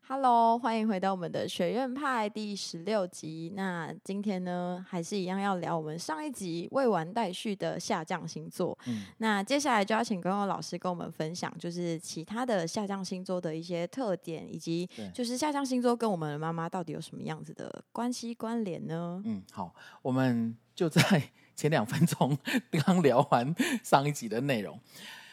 Hello，欢迎回到我们的学院派第16集。那今天呢，还是一样要聊我们上一集未完待续的下降星座。那接下来就要请光光老师跟我们分享，就是其他的下降星座的一些特点，以及就是下降星座跟我们的妈妈到底有什么样子的关系关联呢？ 好，我们就在前2分钟刚聊完上一集的内容。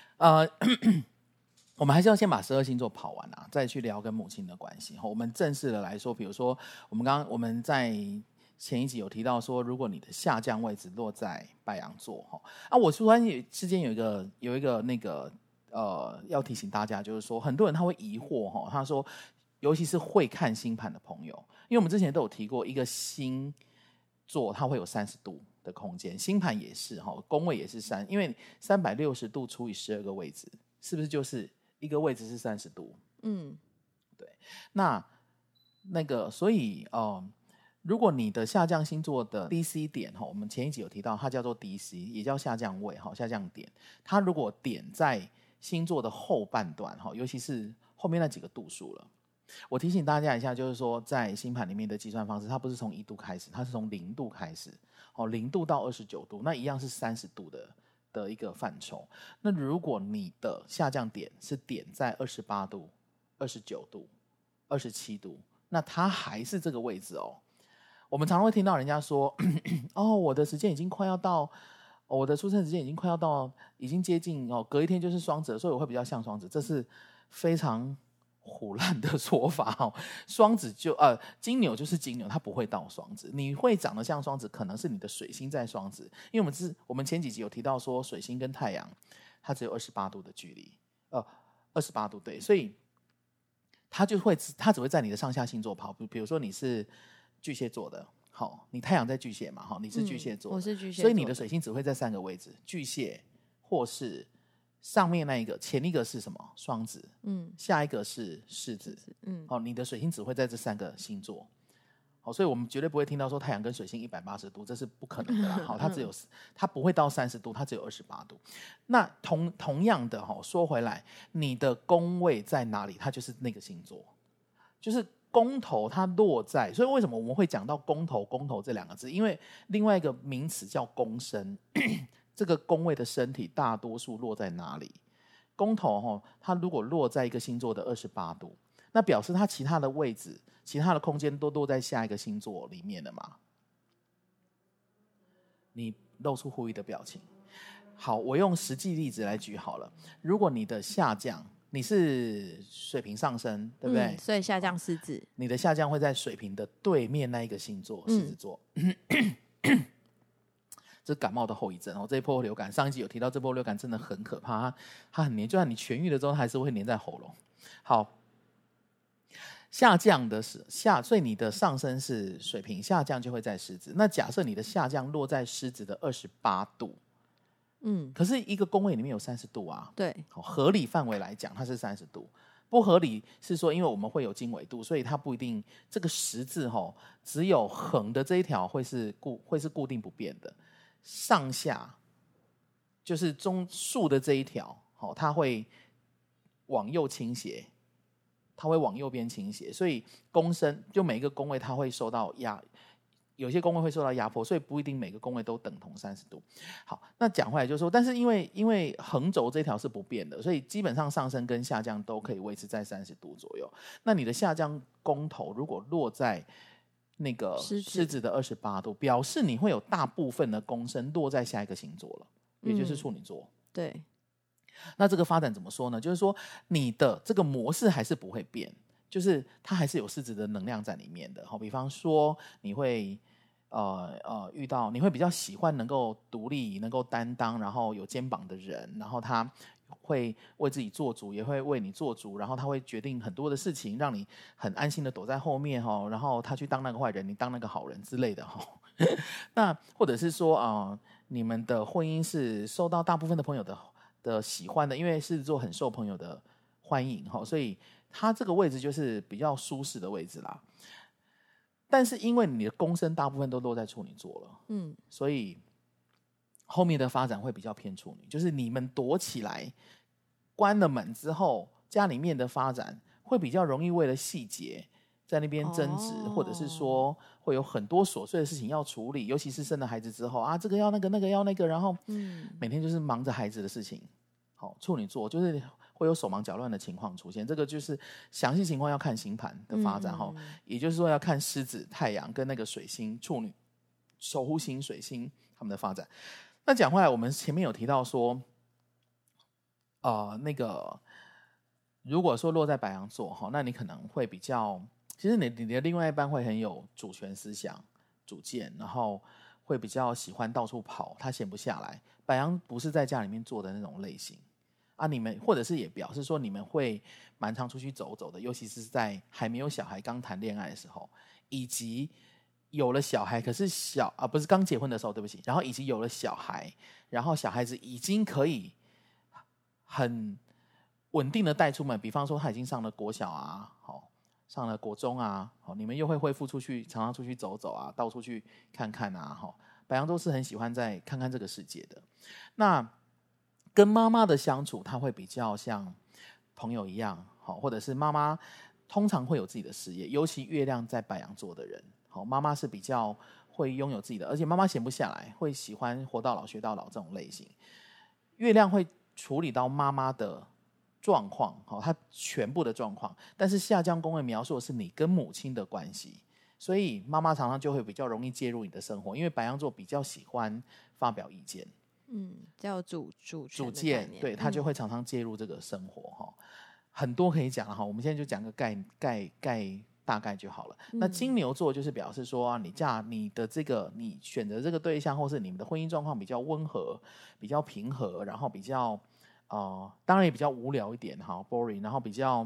我们还是要先把12星座跑完啊，再去聊跟母亲的关系。我们正式的来说，比如说我们在前一集有提到说，如果你的下降位置落在白羊座，我突然之间有一个那个要提醒大家，就是说很多人他会疑惑他说，尤其是会看星盘的朋友，因为我们之前都有提过，一个星座它会有30度的空间，星盘也是宫位也是因为360度除以12个位置，是不是就是一个位置是30度？对。那个，所以如果你的下降星座的 DC 点我们前一集有提到，它叫做 DC， 也叫下降位下降点。它如果点在星座的后半段尤其是后面那几个度数了。我提醒大家一下，就是说在星盘里面的计算方式，它不是从1度开始，它是从0度开始，0度到29度，那一样是30度的一个范畴。那如果你的下降点是点在28度、29度、27度，那它还是这个位置我们常常会听到人家说我的时间已经快要到，我的出生时间已经快要到，已经接近隔一天就是双子，所以我会比较像双子，这是非常唬烂的说法双子金牛就是金牛，它不会到双子。你会长得像双子，可能是你的水星在双子，因为我们前几集有提到说，水星跟太阳它只有28度的距离，28度，对，所以它只会在你的上下星座跑。比如说你是巨蟹座的，你太阳在巨蟹嘛，你是巨蟹座的， 我是巨蟹座的， 所以你的水星只会在3个位置，巨蟹或是上面那一个，前一个是什么？双子，下一个是狮子，你的水星只会在这3个星座，所以我们绝对不会听到说太阳跟水星180度，这是不可能的啦。它不会到30度，它只有28度。那同样的说回来，你的宫位在哪里，它就是那个星座，就是宫头它落在，所以为什么我们会讲到宫头这2个字？因为另外一个名词叫宫身。这个宫位的身体大多数落在哪里？宫头它如果落在一个星座的28度，那表示它其他的位置、其他的空间都落在下一个星座里面了嘛？你露出狐疑的表情。好，我用实际例子来举好了。如果你的下降，你是水瓶上升，对不对？ 所以下降狮子， 你的下降会在水瓶的对面那一个星座，狮子座。这是感冒的后遗症这一波流感，上一集有提到，这波流感真的很可怕，它很黏，就算你痊愈了之后，它还是会黏在喉咙。好，下降的是所以你的上升是水瓶，下降就会在狮子。那假设你的下降落在狮子的28度，可是一个宫位里面有30度啊， 对， 合理范围来讲它是30度，不合理是说，因为我们会有经纬度，所以它不一定这个十字只有横的这一条会是固定不变的。上下就是竖的这一条它会往右倾斜，它会往右边倾斜，所以宫身就每一个宫位它会受到有些宫位会受到压迫，所以不一定每个宫位都等同30度。好，那讲回来就是说，但是因为横轴这条是不变的，所以基本上上升跟下降都可以维持在30度左右。那你的下降宫头如果落在那个狮子的28度，表示你会有大部分的宫身落在下一个星座了，也就是处女座。 对， 那这个发展怎么说呢？就是说你的这个模式还是不会变，就是它还是有狮子的能量在里面的。比方说你会遇到你会比较喜欢能够独立、能够担当，然后有肩膀的人，然后他会为自己做主，也会为你做主，然后他会决定很多的事情，让你很安心的躲在后面然后他去当那个坏人，你当那个好人之类的那或者是说你们的婚姻是受到大部分的朋友的喜欢的，因为狮子座很受朋友的欢迎所以他这个位置就是比较舒适的位置啦。但是因为你的宫身大部分都落在处女座了，所以后面的发展会比较偏处女，就是你们躲起来关了门之后，家里面的发展会比较容易为了细节在那边争执，或者是说会有很多琐碎的事情要处理，尤其是生了孩子之后啊，这个要那个，那个要那个，然后每天就是忙着孩子的事情。好，处女座就是会有手忙脚乱的情况出现，这个就是详细情况要看星盘的发展也就是说要看狮子、太阳跟那个水星处女守护星水星他们的发展。那讲回来，我们前面有提到说那个如果说落在白羊座那你可能会比较，其实你的另外一半会很有主权思想、主见，然后会比较喜欢到处跑，他闲不下来。白羊不是在家里面做的那种类型啊，你们或者是也表示说你们会蛮常出去走走的，尤其是在还没有小孩、刚谈恋爱的时候，以及有了小孩，可是不是刚结婚的时候，对不起，然后以及有了小孩，然后小孩子已经可以很稳定的带出门，比方说他已经上了国小啊，上了国中啊，你们又会恢复出去，常常出去走走啊，到处去看看啊，白羊都是很喜欢在看看这个世界的。那跟妈妈的相处，他会比较像朋友一样，或者是妈妈通常会有自己的事业，尤其月亮在白羊座的人，妈妈是比较会拥有自己的，而且妈妈闲不下来，会喜欢活到老学到老这种类型。月亮会处理到妈妈的状况，她全部的状况，但是下降宫位描述的是你跟母亲的关系，所以妈妈常常就会比较容易介入你的生活，因为白羊座比较喜欢发表意见， 叫主见，对，他就会常常介入这个生活很多可以讲了我们现在就讲个大概就好了。那金牛座就是表示说你的这个你选择这个对象，或是你们的婚姻状况比较温和、比较平和，然后比较当然也比较无聊一点boring， 然后比较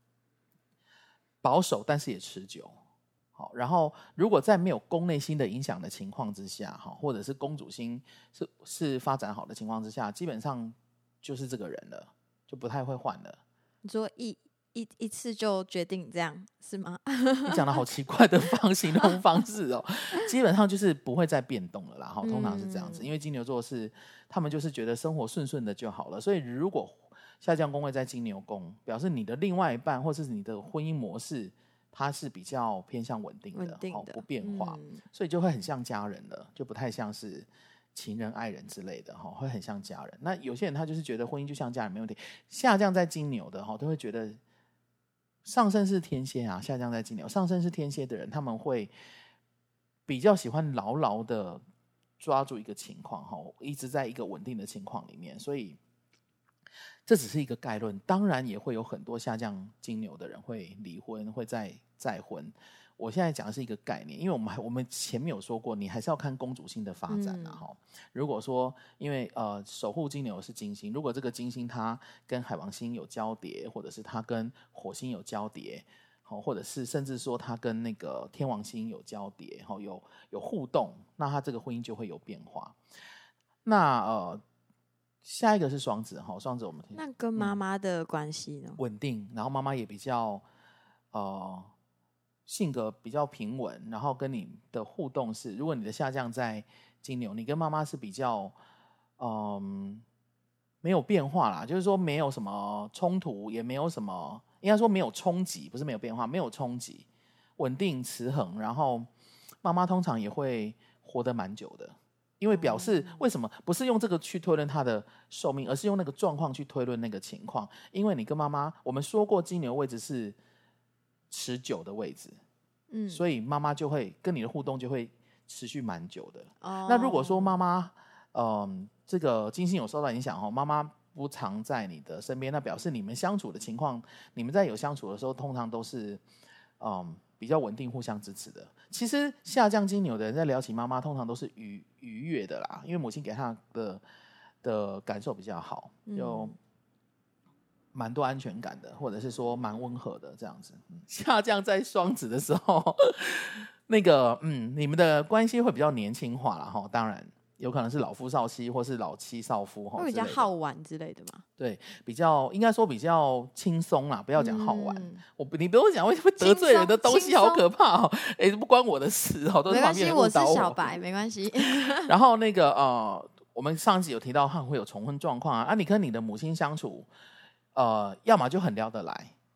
保守，但是也持久。然后如果在没有宫内星的影响的情况之下，或者是公主星是发展好的情况之下，基本上就是这个人了，就不太会换了。 你说一次就决定这样是吗？ 你讲的好奇怪的形容方式基本上就是不会再变动了啦，通常是这样子，因为金牛座是他们就是觉得生活顺顺的就好了，所以如果下降宫位在金牛宫，表示你的另外一半或是你的婚姻模式它是比较偏向稳定的不变化，所以就会很像家人了，就不太像是情人爱人之类的会很像家人。那有些人他就是觉得婚姻就像家人没问题，下降在金牛的都会觉得上升是天蝎下降在金牛，上升是天蝎的人他们会比较喜欢牢牢的抓住一个情况一直在一个稳定的情况里面，所以这只是一个概论，当然也会有很多下降金牛的人会离婚，会再婚。我现在讲的是一个概念，因为我们前面有说过，你还是要看公主星的发展如果说因为守护金牛是金星，如果这个金星它跟海王星有交叠，或者是它跟火星有交叠，或者是甚至说它跟那个天王星有交叠，有互动，那它这个婚姻就会有变化。那下一个是双子双子我们那跟妈妈的关系呢？ 稳定，然后妈妈也比较性格比较平稳，然后跟你的互动是，如果你的下降在金牛，你跟妈妈是比较没有变化啦，就是说没有什么冲突，也没有什么，应该说没有冲击，不是没有变化，没有冲击，稳定持衡，然后妈妈通常也会活得蛮久的，因为表示为什么不是用这个去推论她的寿命，而是用那个状况去推论那个情况，因为你跟妈妈，我们说过金牛位置是持久的位置，所以妈妈就会跟你的互动就会持续蛮久的。那如果说妈妈这个金星有受到影响妈妈不常在你的身边，那表示你们相处的情况，你们在有相处的时候通常都是比较稳定互相支持的。其实下降金牛的人在聊起妈妈通常都是愉悦的啦，因为母亲给他的感受比较好，有蛮多安全感的，或者是说蛮温和的这样子。下降在双子的时候那个你们的关系会比较年轻化啦当然有可能是老夫少妻或是老妻少夫， 会比较好玩之类的吗？ 对，比较应该说比较轻松啦，不要讲好玩。你不用讲为什么得罪人的东西好可怕不关我的事都是旁边人误导我是小白，没关系然后那个我们上集有提到会有重婚状况你跟你的母亲相处要么就很聊得来，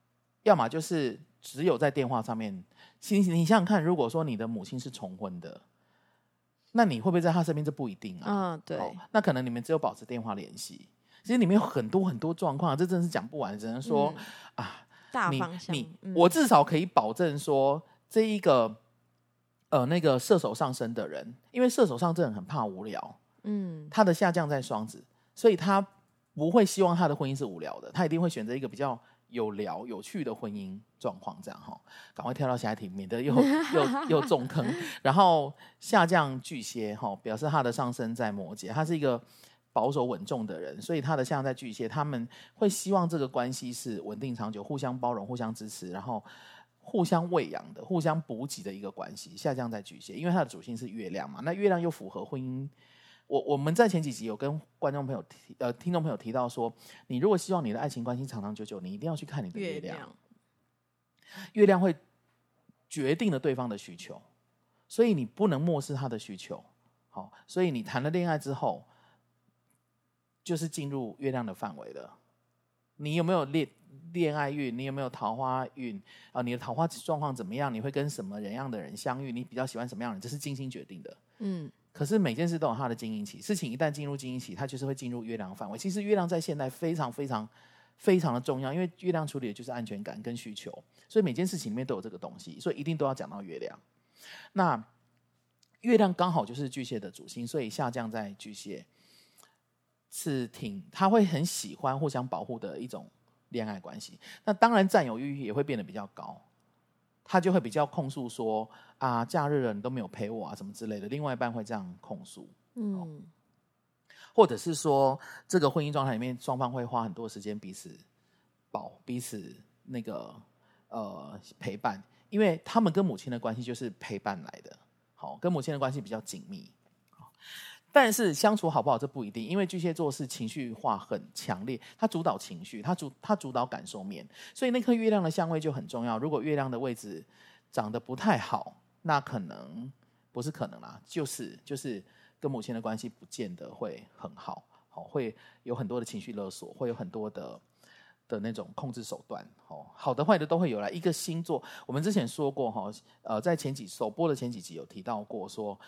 要么就是只有在电话上面。你想想看，如果说你的母亲是重婚的，那你会不会在她身边？这不一定啊。 对、 那可能你们只有保持电话联系。其实里面有很多很多状况，这真的是讲不完，只能说、 大方向。 我至少可以保证说，这一个那个射手上升的人，因为射手上升的人很怕无聊，他的下降在双子，所以他不会希望他的婚姻是无聊的，他一定会选择一个比较有趣的婚姻状况，这样赶快跳到下一题，免得又中坑。然后下降巨蟹表示他的上升在摩羯，他是一个保守稳重的人，所以他的下降在巨蟹，他们会希望这个关系是稳定长久，互相包容，互相支持，然后互相喂养的，互相补给的一个关系。下降在巨蟹，因为它的主星是月亮嘛，那月亮又符合婚姻。我们在前几集有跟观众朋友听众朋友提到说，你如果希望你的爱情关系长长久久，你一定要去看你的月亮。月亮会决定了对方的需求，所以你不能漠视他的需求。所以你谈了恋爱之后，就是进入月亮的范围了。你有没有恋爱运？你有没有桃花运？你的桃花状况怎么样？你会跟什么样的人相遇？你比较喜欢什么样的人？这是金星决定的。可是每件事都有它的经营期，事情一旦进入经营期，它就是会进入月亮范围。其实月亮在现代非常非常非常的重要，因为月亮处理的就是安全感跟需求，所以每件事情里面都有这个东西，所以一定都要讲到月亮。那月亮刚好就是巨蟹的主星，所以下降在巨蟹是他会很喜欢互相保护的一种恋爱关系。那当然占有欲也会变得比较高，他就会比较控诉说假日了你都没有陪我什么之类的，另外一半会这样控诉。或者是说这个婚姻状态里面双方会花很多时间彼此那个陪伴，因为他们跟母亲的关系就是陪伴来的，跟母亲的关系比较紧密。但是相处好不好这不一定，因为巨蟹座是情绪化很强烈，他主导情绪，他主导感受面，所以那颗月亮的相位就很重要。如果月亮的位置长得不太好，那可能不是可能啦，就是跟母亲的关系不见得会很好，会有很多的情绪勒索，会有很多的那种控制手段，好的坏的都会有啦。一个星座我们之前说过在首播的前几集有提到过说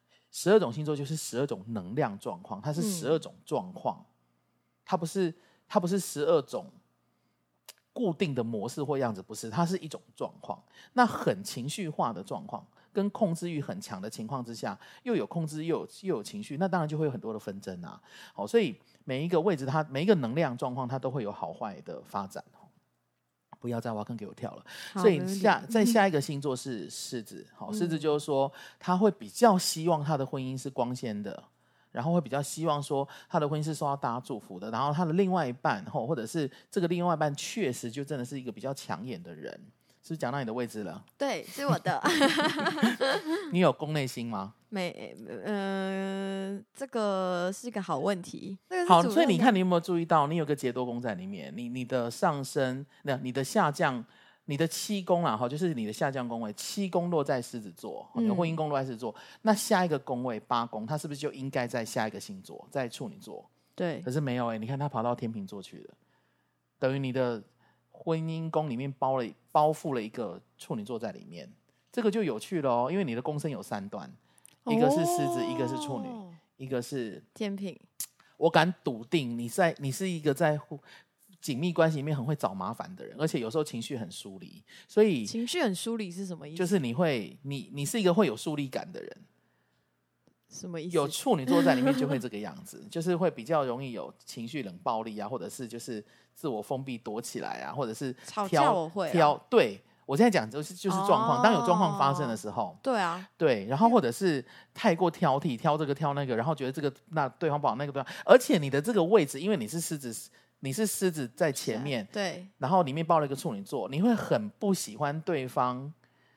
12种星座就是12种能量状况，它是12种状况，它不是12种固定的模式或样子，不是，它是一种状况。那很情绪化的状况跟控制欲很强的情况之下，又有控制又有情绪，那当然就会有很多的纷争所以每一个位置每一个能量状况它都会有好坏的发展。不要再挖坑给我跳了。所以在下一个星座是狮子。狮子就是说他会比较希望他的婚姻是光鲜的，然后会比较希望说他的婚姻是受到大家祝福的，然后他的另外一半或者是这个另外一半确实就真的是一个比较抢眼的人。是不是讲到你的位置了？ 对，是我的。 你有宫内星吗？ 没，这个是一个好问题。 好，所以你看你有没有注意到，你有个劫多宫在里面，你的上升，你的下降，你的7宫啦，就是你的下降宫位7宫落在狮子座，你的婚姻宫落在狮子座，那下一个宫位8宫，它是不是就应该在下一个星座，在处女座？ 对。 可是没有你看他跑到天秤座去了，等于你的婚姻宫里面包覆了一个处女座在里面，这个就有趣了因为你的宫身有3段，一个是狮子，一个是处女，一个是天秤。我敢笃定你是一个在紧密关系里面很会找麻烦的人，而且有时候情绪很疏离。所以情绪很疏离是什么意思？ 就是你是一个会有疏离感的人。 什么意思？ 有处女座在里面就会这个样子，就是会比较容易有情绪冷暴力或者是就是自我封闭躲起来或者是吵架我会对，我现在讲就是状况，当有状况发生的时候，对，然后或者是太过挑剔，挑这个挑那个，然后觉得这个那对方不好，那个对方，而且你的这个位置，因为你是狮子在前面， 对， 然后里面包了一个处女座，你会很不喜欢对方，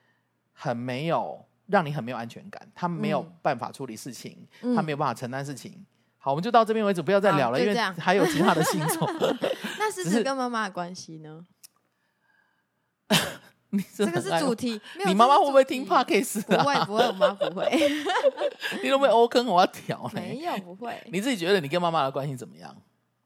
让你很没有安全感，他没有办法处理事情，他没有办法承担事情。好，我们就到这边为止，不要再聊了，因为还有其他的星座。 那狮子跟妈妈的关系呢？这个是主题。 你妈妈会不会听 Podcast 不会，我妈不会。 你都没有欧坑我要调没有，不会。 你自己觉得你跟妈妈的关系怎么样？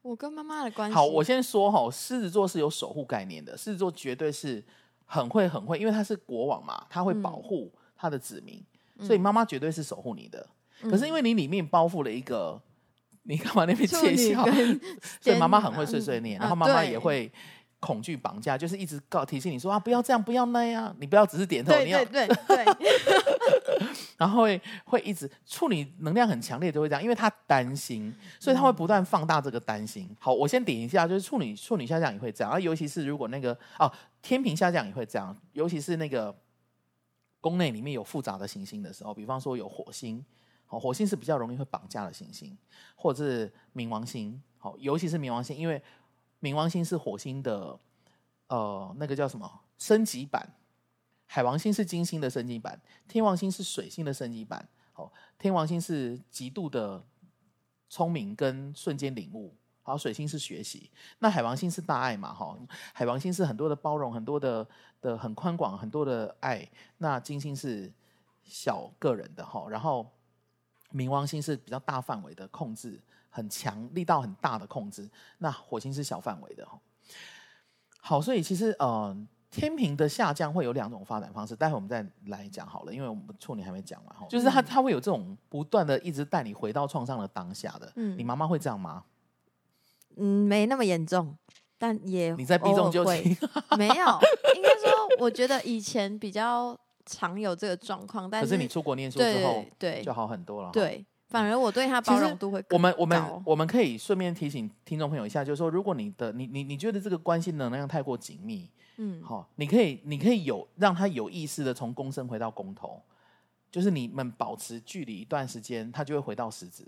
我跟妈妈的关系， 好，我先说狮子座是有守护概念的，狮子座绝对是很会，因为他是国王嘛，他会保护他的子民，所以妈妈绝对是守护你的。可是因为你里面包覆了一个，你干嘛那边窃笑？所以妈妈很会碎碎念，然后妈妈也会恐惧绑架，就是一直提醒你说不要这样，不要那样，你不要只是点头，你要对然后会一直，处女能量很强烈，就会这样，因为他担心，所以他会不断放大这个担心。好，我先点一下，就是处女下降也会这样，尤其是如果那个天秤下降也会这样，尤其是那个宫内里面有复杂的行星的时候，比方说有火星，火星是比较容易会绑架的行星，或者是冥王星，尤其是冥王星，因为冥王星是火星的那个叫什么升级版。海王星是金星的升级版，天王星是水星的升级版。天王星是极度的聪明跟瞬间领悟，好，水星是学习。那海王星是大爱嘛，海王星是很多的包容，很多的很宽广，很多的爱。那金星是小个人的，然后冥王星是比较大范围的控制，很强力道很大的控制。那火星是小范围的。好，所以其实天秤的下降会有2种发展方式，待会我们再来讲好了，因为我们处女还没讲完，就是他会有这种不断的一直带你回到创伤的当下的。你妈妈会这样吗？ 没那么严重，但也你在避重就轻。 没有，应该说我觉得以前比较常有这个状况，但是可是你出国念书之后对就好很多了。 对，反而我对他包容度会更高。 我们可以顺便提醒听众朋友一下，就是说，如果你觉得这个关系能量太过紧密，你可以让他有意识的从公身回到公头，就是你们保持距离一段时间，他就会回到狮子。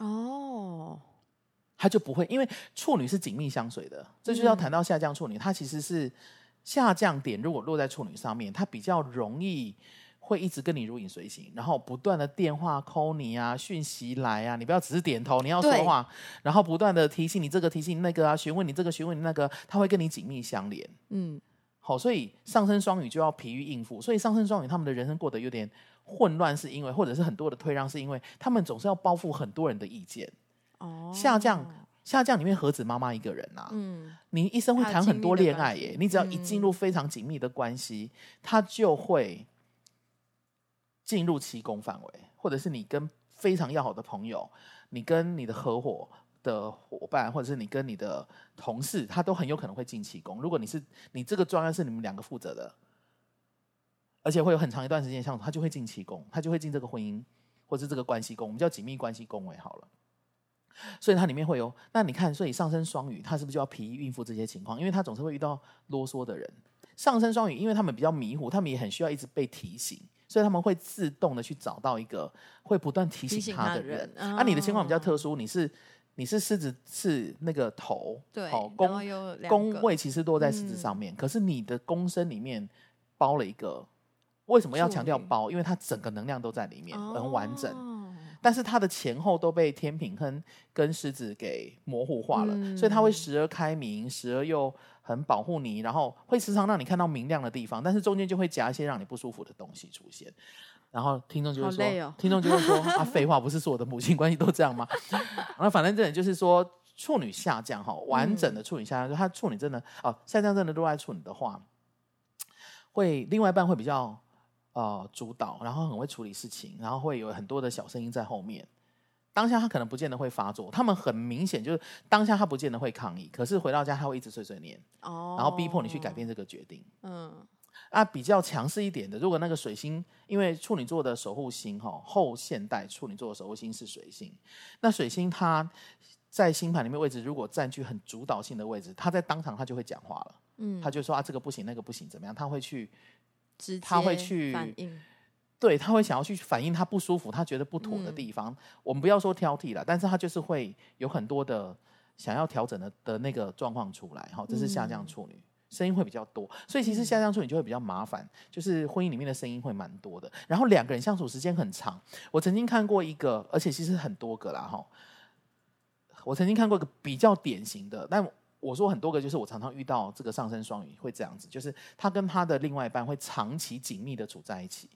他就不会，因为处女是紧密相随的，这就是要谈到下降处女，它其实是下降点如果落在处女上面，它比较容易会一直跟你如影随形，然后不断的电话 call 你啊，讯息来啊，你不要只是点头，你要说话，然后不断的提醒你这个提醒你那个啊，询问你这个询问你那个，他会跟你紧密相连。好，所以上升双鱼就要疲于应付，所以上升双鱼他们的人生过得有点混乱，是因为或者是很多的退让，是因为他们总是要包覆很多人的意见。下降里面何止妈妈一个人啊？你一生会谈很多恋爱耶，你只要一进入非常紧密的关系，他就会进入7宫范围，或者是你跟非常要好的朋友，你跟你的合伙的伙伴，或者是你跟你的同事，他都很有可能会进7宫。如果你这个专案是你们2个负责的，而且会有很长一段时间相处，他就会进7宫，他就会进这个婚姻或是这个关系宫，我们叫紧密关系宫位好了。所以它里面会有，那你看，所以上升双鱼，他是不是就要疲于应付这些情况？因为他总是会遇到啰嗦的人。上升双鱼，因为他们比较迷糊，他们也很需要一直被提醒，所以他们会自动的去找到一个会不断提醒他的人。你的情况比较特殊，你是狮子，是那个头， 对， 宫位其实落在狮子上面，可是你的宫身里面包了一个，为什么要强调包？因为它整个能量都在里面，很完整。但是它的前后都被天秤跟狮子给模糊化了，所以它会时而开明，时而又很保护你，然后会时常让你看到明亮的地方，但是中间就会夹一些让你不舒服的东西出现。然后听众就会说，听众就会说废话，不是所有的母亲关系都这样吗？然后反正这点就是说，处女下降完整的处女下降，他处女真的下降真的落在处女的话，会另外一半会比较主导，然后很会处理事情，然后会有很多的小声音在后面。当下他可能不见得会发作，他们很明显就是当下他不见得会抗议，可是回到家他会一直碎碎念，然后逼迫你去改变这个决定。比较强势一点的，如果那个水星，因为处女座的守护星后现代处女座的守护星是水星，那水星它在星盘里面位置如果占据很主导性的位置，他在当场他就会讲话了。他就说这个不行那个不行怎么样，他会去反应， 对，他会想要去反映他不舒服他觉得不妥的地方。我们不要说挑剔了，但是他就是会有很多的想要调整的那个状况出来。这是下降处女，声音会比较多，所以其实下降处女就会比较麻烦，就是婚姻里面的声音会蛮多的，然后2个人相处时间很长。我曾经看过一个，而且其实很多个啦，我曾经看过一个比较典型的，但我说很多个，就是我常常遇到这个上升双鱼会这样子，就是他跟他的另外一半会长期紧密的处在一起，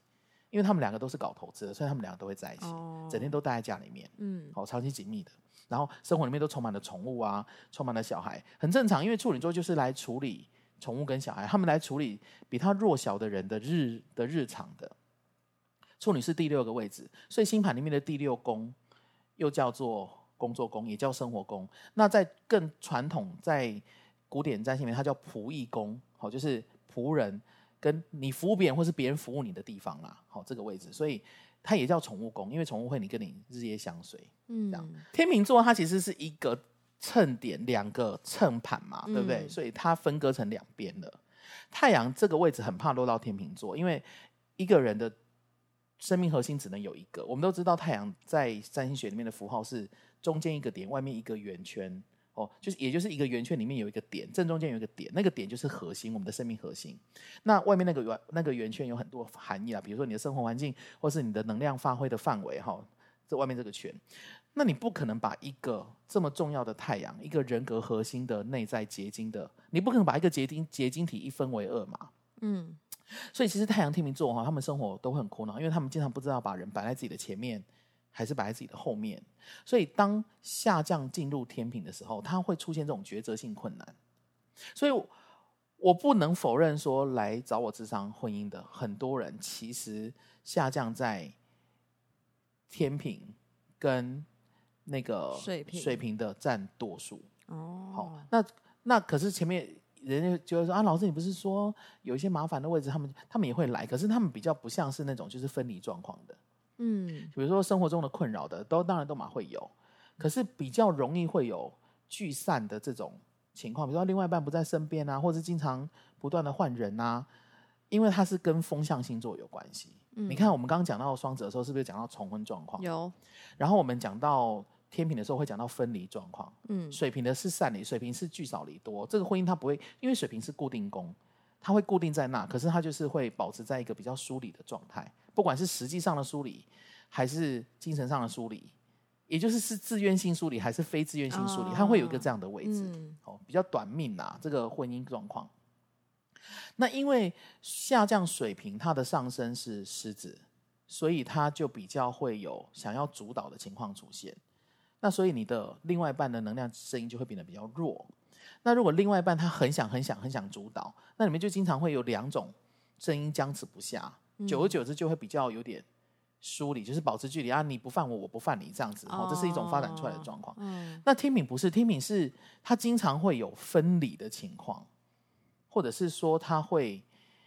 因为他们两个都是搞投资的，所以他们两个都会在一起，整天都待在家里面，长期紧密的，然后生活里面都充满了宠物啊，充满了小孩，很正常，因为处女座就是来处理宠物跟小孩，他们来处理比他弱小的人的日常的。处女是第6个位置，所以星盘里面的第6宫又叫做工作宫，也叫生活宫。那在更传统，在古典占星里面，它叫仆役宫，好，就是仆人跟你服务别人，或是别人服务你的地方啦，好，这个位置，所以它也叫宠物宫，因为宠物会跟你日夜相随。这样，天秤座它其实是一个秤点，2个秤盘嘛，对不对？所以它分割成2边了。太阳这个位置很怕落到天秤座，因为一个人的生命核心只能有一个。我们都知道太阳在占星学里面的符号是中间一个点，外面一个圆圈，也就是一个圆圈里面有一个点，正中间有一个点，那个点就是核心，我们的生命核心。那外面那个圆圈有很多含义啦，比如说你的生活环境，或是你的能量发挥的范围，这外面这个圈。那你不可能把一个这么重要的太阳，一个人格核心的内在结晶的，你不可能把一个结晶体一分为2嘛。所以其实太阳天秤座他们生活都会很苦恼，因为他们经常不知道把人摆在自己的前面还是摆在自己的后面。所以当下降进入天秤的时候，它会出现这种抉择性困难。所以我不能否认说，来找我咨商婚姻的很多人其实下降在天秤跟那个水瓶的占多数。好，那可是前面人家就会说啊，老师你不是说有一些麻烦的位置他们也会来，可是他们比较不像是那种就是分离状况的。比如说生活中的困扰的当然都会有，可是比较容易会有聚散的这种情况，比如说另外一半不在身边啊，或者经常不断的换人啊，因为它是跟风象星座有关系。你看我们刚刚讲到双子的时候是不是讲到重婚状况？ 有。 然后我们讲到天秤的时候会讲到分离状况，水瓶的是散离，水瓶是聚少离多。这个婚姻它不会，因为水瓶是固定宫，它会固定在那，可是它就是会保持在一个比较疏离的状态，不管是实际上的疏离还是精神上的疏离，也就是自愿性疏离还是非自愿性疏离，它会有一个这样的位置，比较短命啊，这个婚姻状况。那因为下降水瓶它的上升是狮子，所以它就比较会有想要主导的情况出现。那所以你的另外一半的能量声音就会变得比较弱。那如果另外一半他很想主导，那里面就经常会有2种声音僵持不下，久而久之就会比较有点疏离，就是保持距离啊，你不犯我，我不犯你这样子，这是一种发展出来的状况。那天秤不是，天秤是他经常会有分离的情况，或者是说他会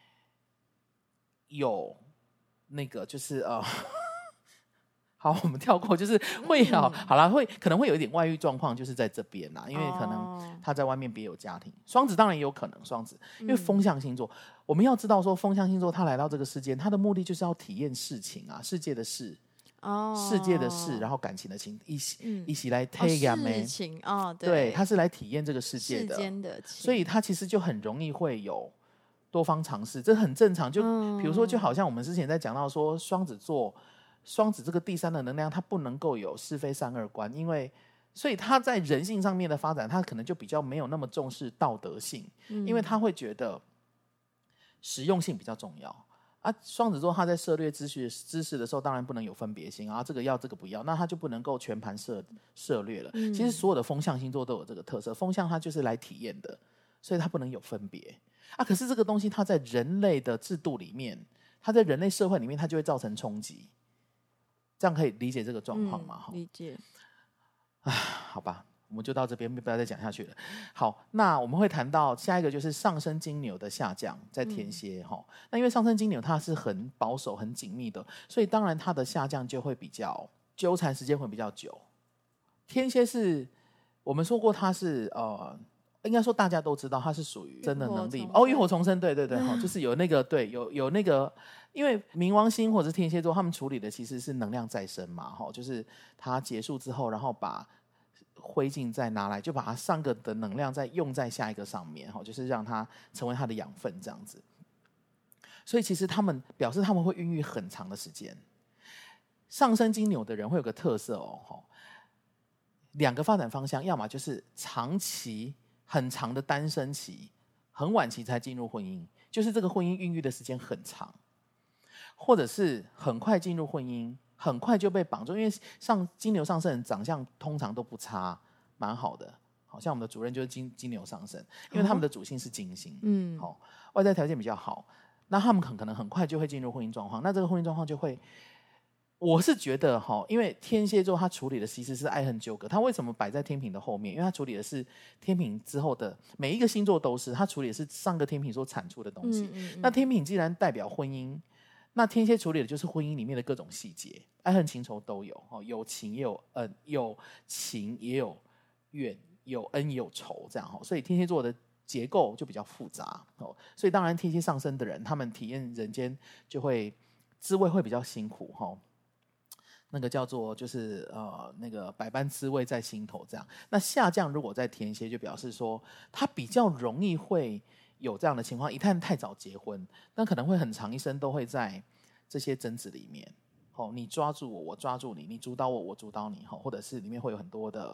有那个就是好，我们跳过，就是会好啦，可能会有一点外遇状况，就是在这边啦，因为可能他在外面别有家庭。双子当然也有可能，双子因为风象星座，我们要知道说风象星座他来到这个世界，他的目的就是要体验事情啊，世界的事，世界的事，然后感情的情，一起来体验事情对，他是来体验这个世界的， 世间的情， 所以他其实就很容易会有多方尝试，这很正常。就比如说，就好像我们之前在讲到说双子这个第3的能量，它不能够有是非善恶观，所以他在人性上面的发展，他可能就比较没有那么重视道德性，因为他会觉得实用性比较重要啊。双子座他在涉猎知识的时候，当然不能有分别心啊，这个要这个不要，那他就不能够全盘涉猎了。其实所有的风象星座都有这个特色，风象它就是来体验的，所以它不能有分别啊。可是这个东西它在人类的制度里面，它在人类社会里面，它就会造成冲击。这样可以理解这个状况吗？ 理解。 好吧，我们就到这边，不要再讲下去了。好，那我们会谈到下一个就是上升金牛的下降在天蝎。那因为上升金牛它是很保守很紧密的，所以当然它的下降就会比较纠缠时间会比较久。天蝎是我们说过它是应该说大家都知道它是属于真的能力浴火重生，对对对，就是有那个对有那个，因为冥王星或者是天蝎座他们处理的其实是能量再生嘛，就是它结束之后，然后把灰烬再拿来，就把它上个的能量再用在下一个上面，就是让它成为它的养分这样子。所以其实他们表示他们会孕育很长的时间。上升金牛的人会有个特色2个发展方向，要么就是长期很长的单身期，很晚期才进入婚姻，就是这个婚姻孕育的时间很长， 或者是很快进入婚姻，很快就被绑住，因为金牛上升人长相通常都不差，蛮好的。好像我们的主任就是金牛上升，因为他们的主星是金星，外在条件比较好，那他们可能很快就会进入婚姻状况。那这个婚姻状况就会，我是觉得因为天蝎座他处理的其实是爱恨纠葛，他为什么摆在天秤的后面？因为他处理的是天秤之后的每一个星座都是，他处理的是上个天秤所产出的东西。那天秤既然代表婚姻，那天蝎处理的就是婚姻里面的各种细节，爱恨情仇都有，有情也有恩，有情也有怨，有恩也有仇，这样。所以天蝎座的结构就比较复杂。所以当然天蝎上升的人，他们体验人间就会滋味会比较辛苦。那个叫做就是那个百般滋味在心头这样。那下降如果在天蝎，就表示说他比较容易会有这样的情况，一旦太早结婚，那可能会很长一生都会在这些争执里面。你抓住我，我抓住你，你主导我，我主导你，或者是里面会有很多的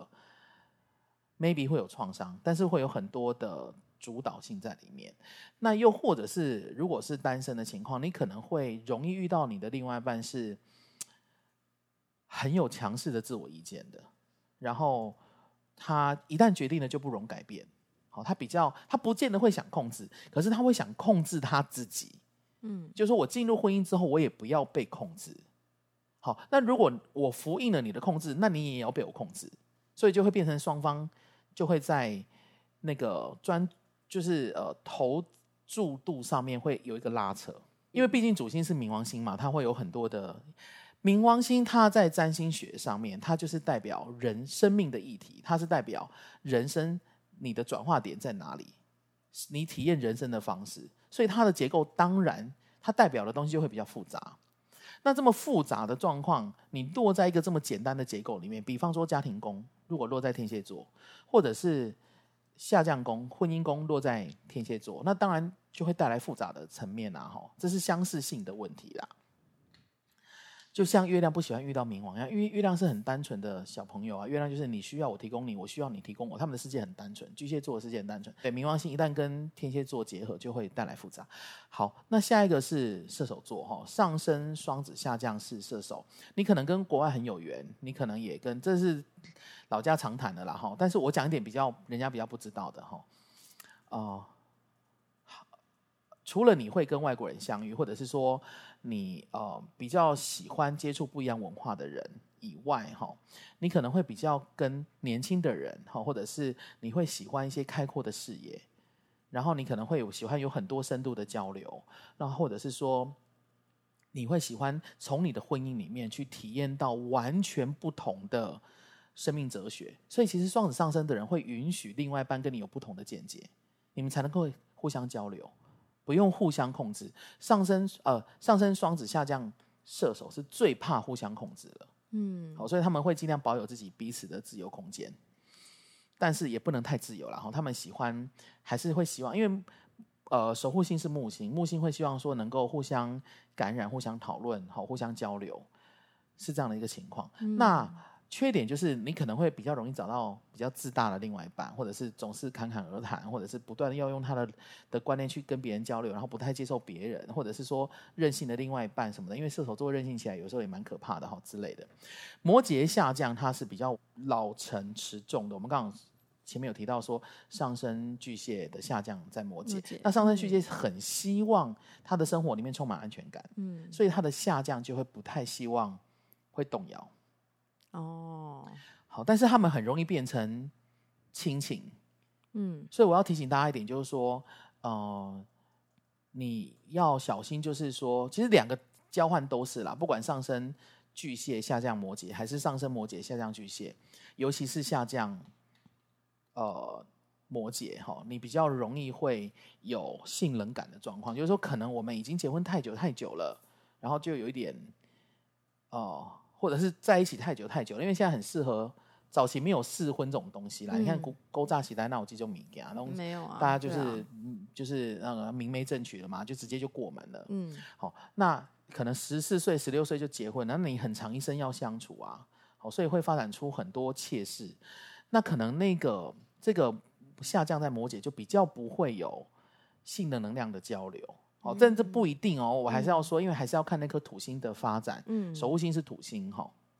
maybe 会有创伤，但是会有很多的主导性在里面。那又或者是如果是单身的情况，你可能会容易遇到你的另外一半是很有强势的自我意见的，然后他一旦决定了就不容改变。他不见得会想控制，可是他会想控制他自己。就是说我进入婚姻之后，我也不要被控制。好，那如果我服膺了你的控制，那你也要被我控制，所以就会变成双方就会在那个就是投注度上面会有一个拉扯，因为毕竟主星是冥王星嘛，它会有很多的冥王星，它在占星学上面，它就是代表人生命的议题，它是代表人生你的转化点在哪里，你体验人生的方式，所以它的结构当然它代表的东西就会比较复杂。那这么复杂的状况，你落在一个这么简单的结构里面，比方说家庭宫如果落在天蝎座，或者是下降宫婚姻宫落在天蝎座，那当然就会带来复杂的层面啊，这是相似性的问题啦。就像月亮不喜欢遇到冥王一样，因为月亮是很单纯的小朋友啊，月亮就是你需要我提供你，我需要你提供我，他们的世界很单纯，巨蟹座的世界很单纯。对，冥王星一旦跟天蝎座结合，就会带来复杂。好，那下一个是射手座，上升双子，下降是射手，你可能跟国外很有缘，你可能也跟这是老家常谈的啦，但是我讲一点人家比较不知道的除了你会跟外国人相遇，或者是说你比较喜欢接触不一样文化的人以外，你可能会比较跟年轻的人，或者是你会喜欢一些开阔的视野，然后你可能会喜欢有很多深度的交流，然后或者是说你会喜欢从你的婚姻里面去体验到完全不同的生命哲学。所以其实双子上升的人会允许另外一半跟你有不同的见解，你们才能够互相交流，不用互相控制。上升双子下降射手是最怕互相控制了，所以他们会尽量保有自己彼此的自由空间，但是也不能太自由了。他们还是会希望，因为守护星是木星，木星会希望说能够互相感染、互相讨论、互相交流，是这样的一个情况。那缺点就是你可能会比较容易找到比较自大的另外一半，或者是总是侃侃而谈，或者是不断的要用他的观念去跟别人交流，然后不太接受别人，或者是说任性的另外一半什么的。因为射手座任性起来有时候也蛮可怕的之类的。摩羯下降它是比较老成持重的，我们刚刚前面有提到说上升巨蟹的下降在摩羯，那上升巨蟹很希望他的生活里面充满安全感，所以他的下降就会不太希望会动摇。好，但是他们很容易变成亲情，所以我要提醒大家一点，就是说，你要小心，就是说，其实两个交换都是啦，不管上升巨蟹下降摩羯，还是上升摩羯下降巨蟹，尤其是下降摩羯你比较容易会有性冷感的状况，就是说，可能我们已经结婚太久了，然后就有一点或者是在一起太久了，因为现在很适合，早期没有试婚这种东西啦。你看勾诈时代那我记就米给没有啊， 大家就是那个明媒正娶了嘛，就直接就过门了。好，那可能14岁、16岁就结婚，那你很长一生要相处啊，好，所以会发展出很多妾室。那可能这个下降在摩羯就比较不会有性的能量的交流。 这不一定哦，我还是要说，因为还是要看那颗土星的发展。守护星是土星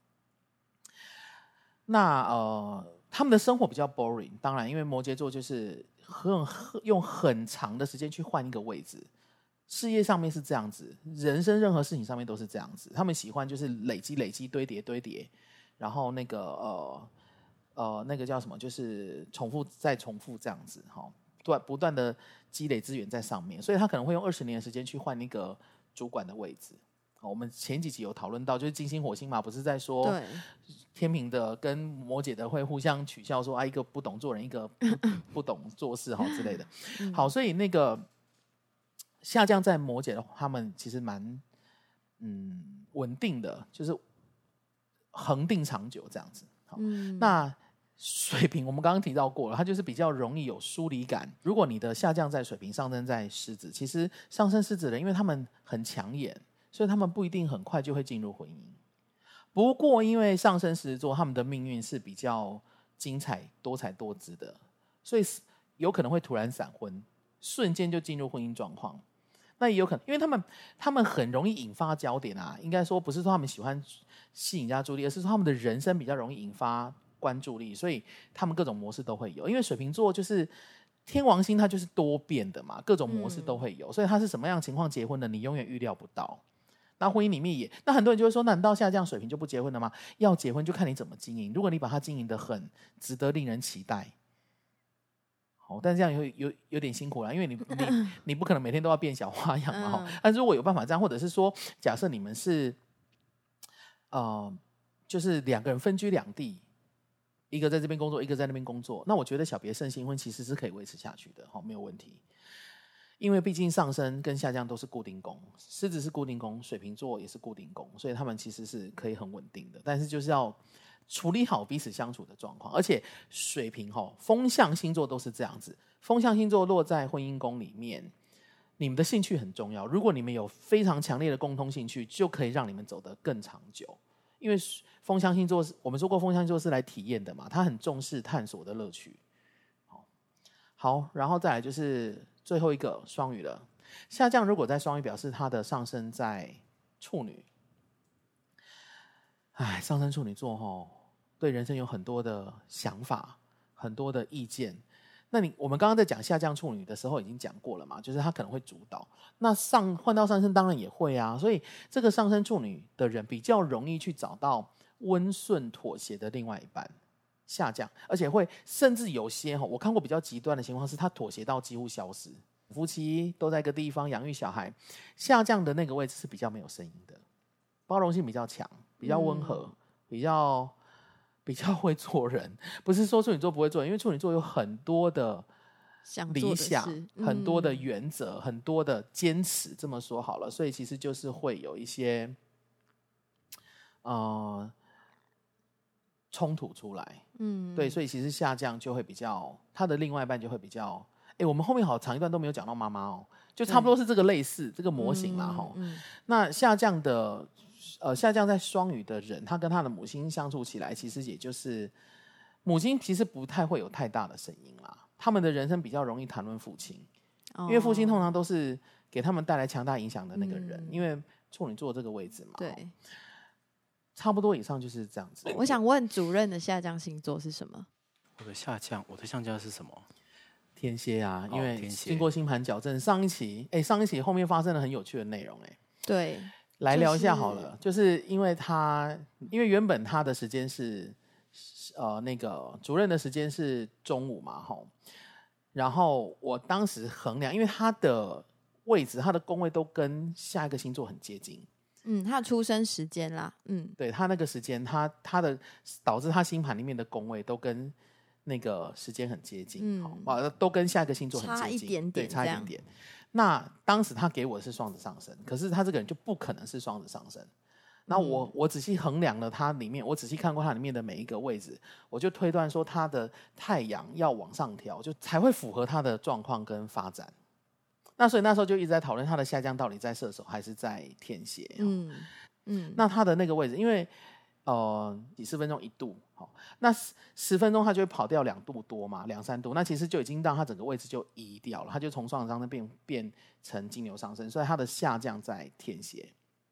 那他们的生活比较 boring， 当然因为摩羯座就是用很长的时间去换一个位置，事业上面是这样子，人生任何事情上面都是这样子，他们喜欢就是累积堆叠，然后那个叫什么，就是重复再重复这样子不断的积累资源在上面，所以他可能会用20年的时间去换一个主管的位置。我们前几集有讨论到，就是金星火星嘛，不是在说天秤的跟摩羯的会互相取笑说一个不懂做人，一个不懂做事之类的。好，所以那个下降在摩羯的话，他们其实蛮稳定的，就是恒定长久这样子。那水瓶我们刚刚提到过了，它就是比较容易有疏离感。如果你的下降在水瓶，上升在狮子，其实上升狮子的人，因为他们很抢眼，所以他们不一定很快就会进入婚姻。不过因为上升狮子座，他们的命运是比较精彩多彩多姿的，所以有可能会突然闪婚，瞬间就进入婚姻状况。那也有可能因为他们很容易引发焦点啊，应该说不是说他们喜欢吸引人家注意力，而是说他们的人生比较容易引发关注力，所以他们各种模式都会有。因为水瓶座就是天王星，它就是多变的嘛，各种模式都会有，所以他是什么样的情况结婚的，你永远预料不到。那婚姻里面那很多人就会说，那难道下降水瓶就不结婚了吗？要结婚就看你怎么经营，如果你把它经营得很值得令人期待，但是这样有点辛苦了，因为你不可能每天都要变小花样嘛。但如果有办法这样，或者是说假设你们是就是2个人分居2地，一个在这边工作，一个在那边工作，那我觉得小别胜新婚其实是可以维持下去的，没有问题。因为毕竟上升跟下降都是固定宫，狮子是固定宫，水瓶座也是固定宫，所以他们其实是可以很稳定的，但是就是要处理好彼此相处的状况。而且水瓶风象星座都是这样子，风象星座落在婚姻宫里面，你们的兴趣很重要，如果你们有非常强烈的共通兴趣，就可以让你们走得更长久。因为风象星座我们说过，风象星座是来体验的嘛，他很重视探索的乐趣。好，然后再来就是最后一个双鱼了。下降如果在双鱼，表示他的上升在处女。上升处女座对人生有很多的想法，很多的意见。那我们刚刚在讲下降处女的时候已经讲过了嘛，就是他可能会主导。那换到上升当然也会啊，所以这个上升处女的人比较容易去找到温顺妥协的另外一半。下降，而且会甚至有些我看过比较极端的情况是，他妥协到几乎消失，夫妻都在一个地方养育小孩，下降的那个位置是比较没有声音的，包容性比较强，比较温和，比较会做人。不是说处女座不会做人，因为处女座有很多的理想，很多的原则，很多的坚持，这么说好了，所以其实就是会有一些冲突出来。对，所以其实下降就会比较，他的另外一半就会比较，我们后面好长一段都没有讲到妈妈就差不多是这个类似这个模型啦那下降在双鱼的人，他跟他的母亲相处起来，其实也就是母亲其实不太会有太大的声音啦，他们的人生比较容易谈论父亲，因为父亲通常都是给他们带来强大影响的那个人，因为处女座这个位置嘛。 对， 差不多以上就是这样子。 我想问主任的下降星座是什么？ 我的下降是什么？ 天蝎啊，因为经过星盘矫正，上一期后面发生了很有趣的内容对， 来聊一下好了。就是因为原本他的时间是那个主任的时间是中午嘛然后我当时衡量，因为他的位置他的宫位都跟下一个星座很接近， 他的出生时间啦， 对，他那个时间，他的导致他星盘里面的宫位都跟那个时间很接近，都跟下一个星座很接近， 差一点点， 对，差一点点。那当时他给我的是双子上升，可是他这个人就不可能是双子上升。那我仔细衡量了他里面，我仔细看过他里面的每一个位置，我就推断说他的太阳要往上调，就才会符合他的状况跟发展。那所以那时候就一直在讨论他的下降到底在射手还是在天蝎。那他的那个位置，因为几十分钟1度，好，那10分钟它就会跑掉2度多嘛，2-3度，那其实就已经让它整个位置就移掉了，它就从双子上升变成金牛上升，所以它的下降在天蝎。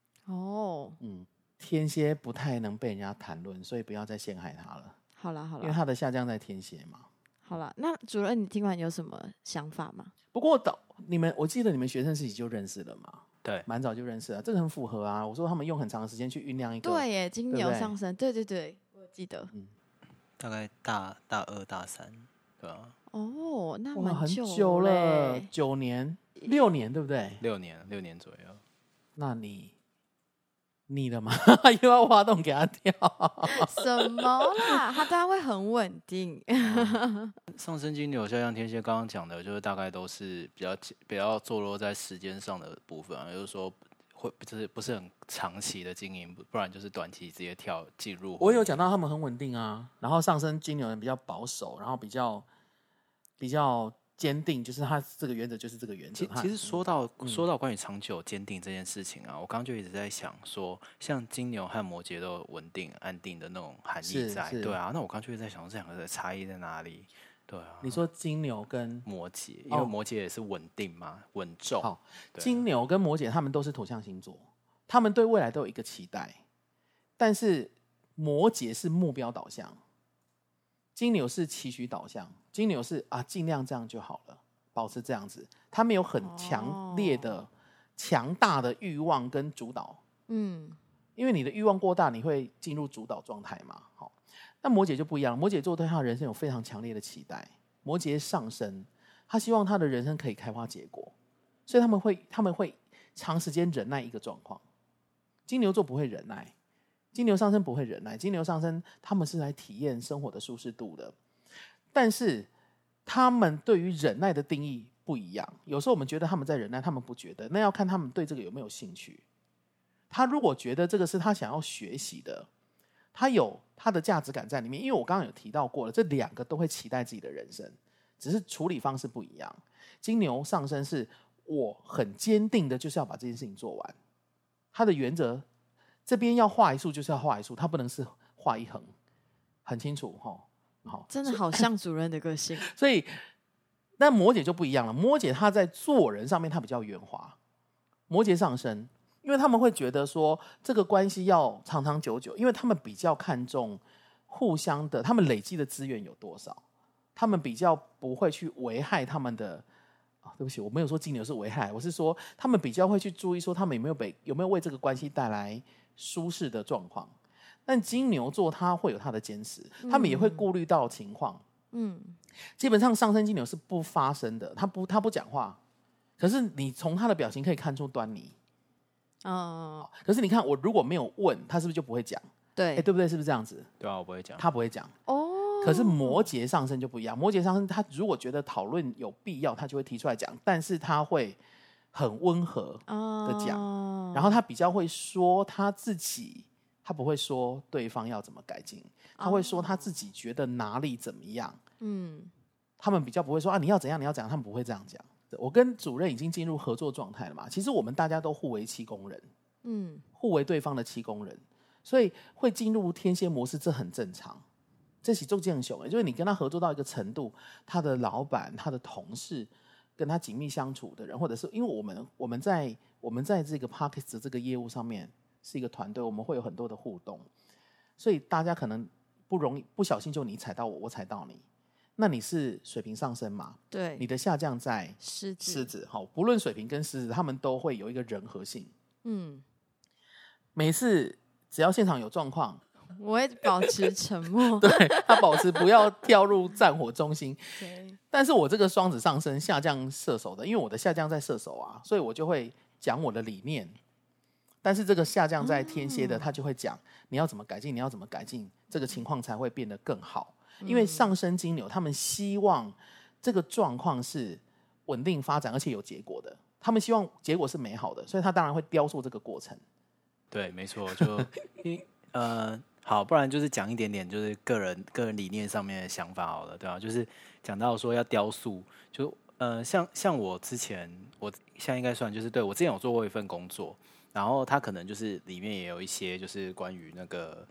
天蝎不太能被人家谈论，所以不要再陷害它了。 好啦， 因为它的下降在天蝎嘛。 好啦，那主任你听完有什么想法吗？ 不过我记得你们学生时期就认识了嘛？ 对， 蛮早就认识了，这个很符合啊。我说他们用很长的时间去酝酿一个， 对耶，金牛上升，对，我记得， 大概大2、大3，对啊。 那哇，很蛮久了，9年、6年，对不对 ？6年左右。 那你的吗？又要挖洞给他跳？ 什么啦？他当然会很稳定。 上升金牛、下降天蝎，刚刚讲的就是大概都是比较坐落在时间上的部分啊，就是说会不是很长期的经营，不然就是短期直接进入。 我有讲到他们很稳定啊，然后上升金牛人比较保守，然后比较坚定，就是他这个原则就是这个原则。 其实说到关于长久坚定这件事情啊，我刚刚就一直在想说，像金牛和摩羯都有稳定安定的那种含义在，对啊。那我刚刚就一直在想说这两个的差异在哪里？对啊。 你说金牛跟摩羯，因为摩羯也是稳定嘛，稳重。 好，金牛跟摩羯他们都是土象星座，他们对未来都有一个期待，但是摩羯是目标导向，金牛是期许导向。金牛是尽量这样就好了，保持这样子，他没有很强烈的、强大的欲望跟主导。因为你的欲望过大，你会进入主导状态嘛。好，那摩羯就不一样，摩羯座对他的人生有非常强烈的期待。摩羯上升，他希望他的人生可以开花结果，所以他们会长时间忍耐一个状况。金牛座不会忍耐，金牛上升不会忍耐，金牛上升他们是来体验生活的舒适度的。但是他们对于忍耐的定义不一样，有时候我们觉得他们在忍耐，他们不觉得，那要看他们对这个有没有兴趣。他如果觉得这个是他想要学习的，他有他的价值感在里面，因为我刚刚有提到过了，这2个都会期待自己的人生，只是处理方式不一样。金牛上升是我很坚定的就是要把这件事情做完，他的原则这边要画一竖就是要画一竖，他不能是画一横，很清楚齁。好， 真的好像主任的个性。 所以但摩羯就不一样了，摩羯他在做人上面他比较圆滑，摩羯上升，因为他们会觉得说这个关系要长长久久，因为他们比较看重互相的，他们累积的资源有多少，他们比较不会去危害他们的。对不起，我没有说金牛是危害，我是说他们比较会去注意说他们有没有为这个关系带来舒适的状况。但金牛座他会有他的坚持，他们也会顾虑到情况。基本上上升金牛是不发声的，他不讲话，可是你从他的表情可以看出端倪。可是你看我如果没有问他，是不是就不会讲？ 对， 对不对？是不是这样子？ 对啊，我不会讲， 他不会讲。可是摩羯上升就不一样，摩羯上升他如果觉得讨论有必要，他就会提出来讲，但是他会很温和的讲，然后他比较会说他自己。他不会说对方要怎么改进，他会说他自己觉得哪里怎么样。他们比较不会说你要怎样你要怎样，他们不会这样讲。我跟主任已经进入合作状态了嘛，其实我们大家都互为7宫人，互为对方的7宫人，所以会进入天蝎模式，这很正常。这是做建雄，就是你跟他合作到一个程度，他的老板、他的同事，跟他紧密相处的人，或者是因为我们在这个 Podcast 这个业务上面。是一个团队，我们会有很多的互动，所以大家可能不小心就你踩到我，我踩到你。那你是水瓶上升嘛？ 对， 你的下降在狮子。好，不论水瓶跟狮子，他们都会有一个人和性。每次只要现场有状况， 我会保持沉默。 对，他保持不要跳入战火中心。对，但是我这个双子上升下降射手的，因为我的下降在射手啊，所以我就会讲我的理念。但是这个下降在天蝎的，他就会讲你要怎么改进，你要怎么改进，这个情况才会变得更好。因为上升金牛，他们希望这个状况是稳定发展，而且有结果的。他们希望结果是美好的，所以他当然会雕塑这个过程。 对，没错，就好，不然就是讲一点点，就是个人理念上面的想法好了，对吧？就是讲到说要雕塑，就像我之前，我现在应该算就是对我之前有做过一份工作。然后他可能就是里面也有一些就是关于那个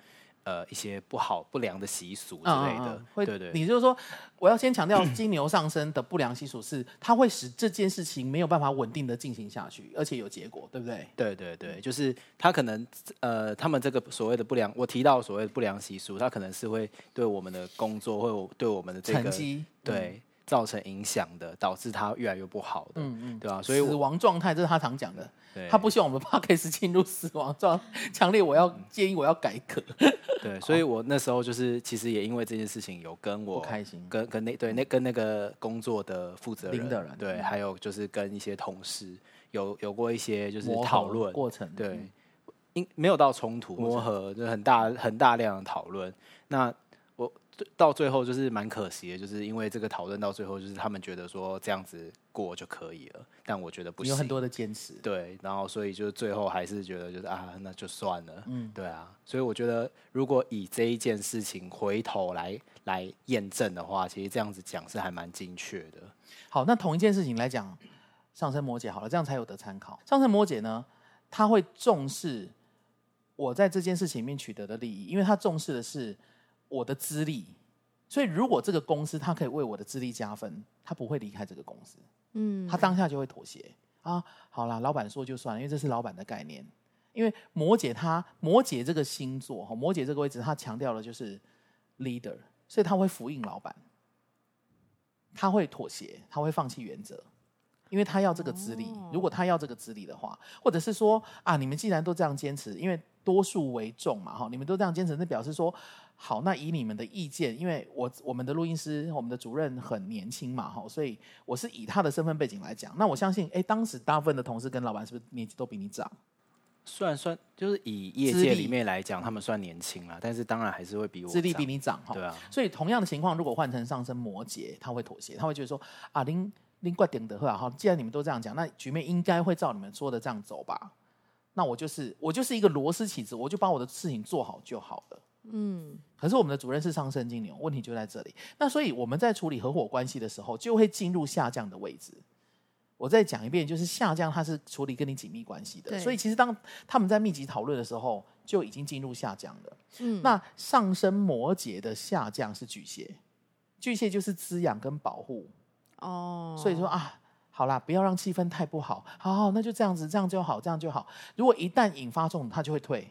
一些不良的习俗之类的，对对。 你就是说，我要先强调，金牛上升的不良习俗是它会使这件事情没有办法稳定的进行下去，而且有结果，对不对？ 对对对，就是他可能他们这个所谓的不良，我提到所谓的不良习俗，它可能是会对我们的工作，会对我们的这个成绩， 对。造成影响的，导致他越来越不好的，对吧？所以死亡状态，这是他常讲的。他不希望我们 podcast 进入死亡状态，强烈建议我要改革。 对，所以我那时候就是其实也因为这件事情有跟我不开心， 跟那个工作的负责人，对，还有就是跟一些同事有过一些就是讨论过程， 对，没有到冲突磨合，就很大量的讨论。那我到最后就是蛮可惜的，就是因为这个讨论到最后，就是他们觉得说这样子过就可以了，但我觉得不行， 有很多的坚持， 对，然后所以就最后还是觉得就是那就算了，对啊，所以我觉得如果以这一件事情回头来验证的话，其实这样子讲是还蛮精确的。 好，那同一件事情来讲，上升摩羯好了，这样才有得参考。上升摩羯呢，他会重视我在这件事情里面取得的利益，因为他重视的是我的资历，所以如果这个公司它可以为我的资历加分，他不会离开这个公司。他当下就会妥协啊。好啦，老板说就算了，因为这是老板的概念。因为摩羯这个星座，摩羯这个位置，他强调的就是 leader， 所以他会服膺老板，他会妥协，他会放弃原则。因为他要这个资历，如果他要这个资历的话，或者是说你们既然都这样坚持，因为多数为重嘛，你们都这样坚持，那表示说，好，那以你们的意见，因为我们的录音师，我们的主任很年轻嘛，所以我是以他的身份背景来讲，那我相信，当时大部分的同事跟老板是不是年纪都比你长？ 算就是以业界里面来讲，他们算年轻啦，但是当然还是会比我资历比你长， 对啊。 所以同样的情况，如果换成上升摩羯，他会妥协，他会觉得说您怪点的好，既然你们都这样讲，那局面应该会照你们说的这样走吧？那我就是一个螺丝起子，我就把我的事情做好就好了。可是我们的主任是上升金牛，问题就在这里。那所以我们在处理合伙关系的时候，就会进入下降的位置。我再讲一遍，就是下降它是处理跟你紧密关系的，所以其实当他们在密集讨论的时候，就已经进入下降了。那上升摩羯的下降是巨蟹，巨蟹就是滋养跟保护。所以说好啦，不要让气氛太不好，好，那就这样子，这样就好，这样就好。如果一旦引发这种，他就会退。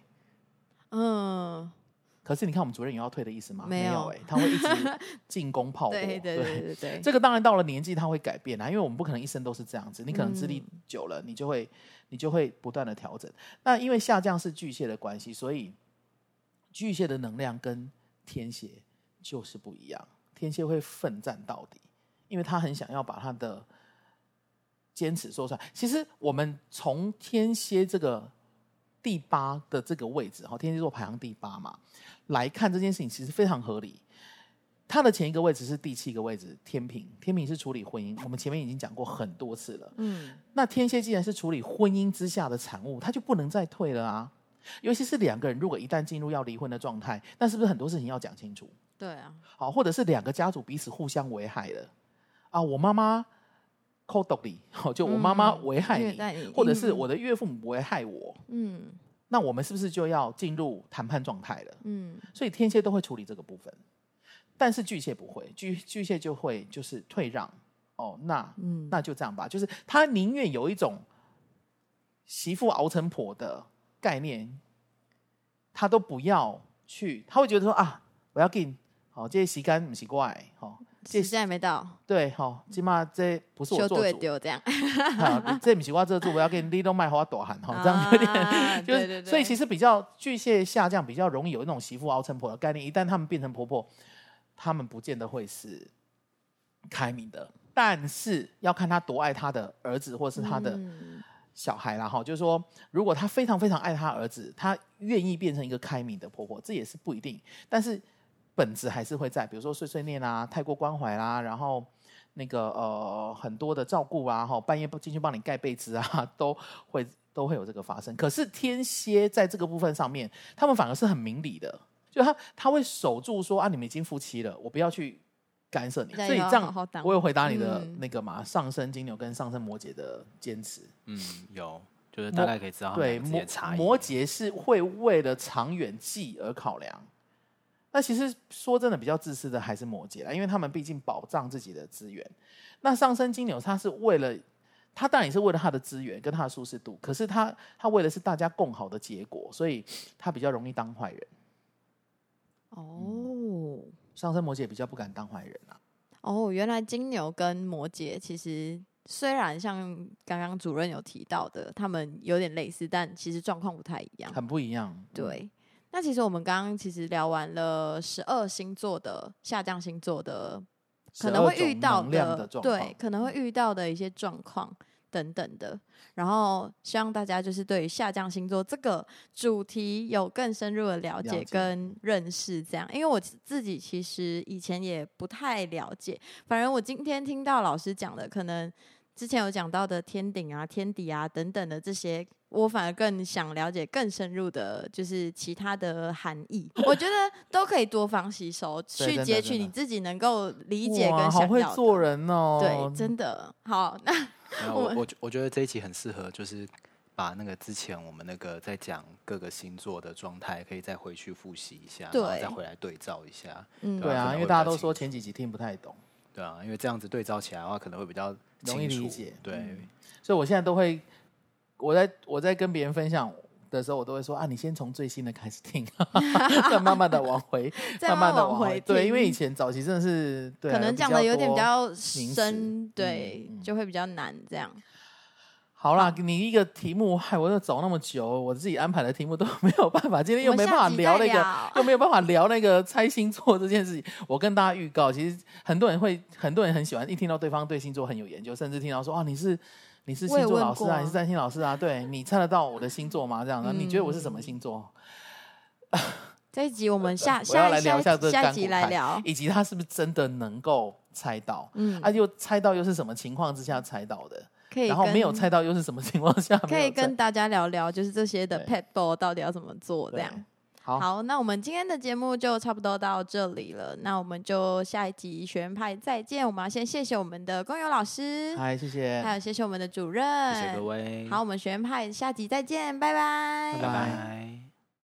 可是你看我们主任有要退的意思吗？没有他会一直进攻炮火。对，这个当然到了年纪他会改变因为我们不可能一生都是这样子，你可能资历久了，你就会不断的调整。那因为下降是巨蟹的关系，所以巨蟹的能量跟天蝎就是不一样。天蝎会奋战到底，因为他很想要把他的坚持说出来。其实我们从天蝎这个第8的这个位置，天蝎座排行第8嘛，来看这件事情其实非常合理。它的前一个位置是第7个位置，天秤。天秤是处理婚姻，我们前面已经讲过很多次了。那天蝎既然是处理婚姻之下的产物，它就不能再退了啊。尤其是两个人如果一旦进入要离婚的状态，那是不是很多事情要讲清楚？ 对啊。 好，或者是两个家族彼此互相危害了我妈妈扣斗你，就我妈妈危害你，或者是我的岳父母危害我，那我们是不是就要进入谈判状态了？所以天蝎都会处理这个部分，但是巨蟹不会，巨蟹就会就是退让那就这样吧，就是他宁愿有一种媳妇熬成婆的概念，他都不要去，他会觉得说我要给你这些时间不是我的时间还没到， 对起码这不是我做主， 丢这样这不是我做主，我要给你都卖花大汉这样有点就是对，所以其实比较巨蟹下降比较容易有那种媳妇熬成婆的概念，一旦他们变成婆婆，他们不见得会是开明的，但是要看他多爱他的儿子或是他的小孩啦就是说如果他非常非常爱他儿子，他愿意变成一个开明的婆婆，这也是不一定，但是本质还是会在，比如说碎碎念太过关怀啦，然后那个很多的照顾半夜进去帮你盖被子都会有这个发生。可是天蝎在这个部分上面，他们反而是很明理的，就他会守住说你们已经夫妻了，我不要去干涉你。所以这样我有回答你的那个上升金牛跟上升摩羯的坚持。 有，就是大概可以知道他们之间的差异。 摩羯是会为了长远计而考量。 那其实说真的，比较自私的还是摩羯啦，因为他们毕竟保障自己的资源。那上升金牛，他是为了他当然也是为了他的资源跟他的舒适度，可是他为的是大家共好的结果，所以他比较容易当坏人。上升摩羯比较不敢当坏人啊。 原来金牛跟摩羯其实虽然像刚刚主任有提到的，他们有点类似，但其实状况不太一样， 很不一样。 对。那其实我们刚刚其实聊完了12星座的下降星座的可能会遇到的对，可能会遇到的一些状况等等的，然后希望大家就是对于下降星座这个主题有更深入的了解跟认识，这样，因为我自己其实以前也不太了解，反而我今天听到老师讲的，可能之前有讲到的天顶啊、天底啊等等的这些，我反而更想了解更深入的，就是其他的含义。我觉得都可以多方吸收，去截取你自己能够理解跟想要的。 好会做人哦！ 对，真的好。那我觉得这一集很适合，就是把那个之前我们那个在讲各个星座的状态，可以再回去复习一下，然后再回来对照一下。 对啊，因为大家都说前几集听不太懂。 对啊，因为这样子对照起来的话，可能会比较容易理解。 对， 所以我现在都会，我在跟别人分享的时候，我都会说啊，你先从最新的开始听，再慢慢的往回，慢慢的往回。对，因为以前早期真的是，对， 可能讲的有点比较深，对，就会比较难这样。 好啦，你一个题目害我又找那么久，我自己安排的题目都没有办法，今天又没办法聊那个，又没有办法聊那个猜星座这件事情。我跟大家预告，其实很多人很喜欢，一听到对方对星座很有研究，甚至听到说你是星座老师啊，你是占星老师啊，对，你猜得到我的星座吗？这样的，你觉得我是什么星座？ 这一集我们下来聊一下这个下集来聊， 以及他是不是真的能够猜到？又猜到又是什么情况之下猜到的？然后没有猜到又是什么情况下？ 可以跟大家聊聊，就是这些的 Pitfall 到底要怎么做这样。好，那我们今天的节目就差不多到这里了，那我们就下一集学院派再见。我们要先谢谢我们的工友老师， 嗨，谢谢， 还有谢谢我们的主任， 谢谢各位。 好，我们学院派下集再见，拜拜， 拜拜。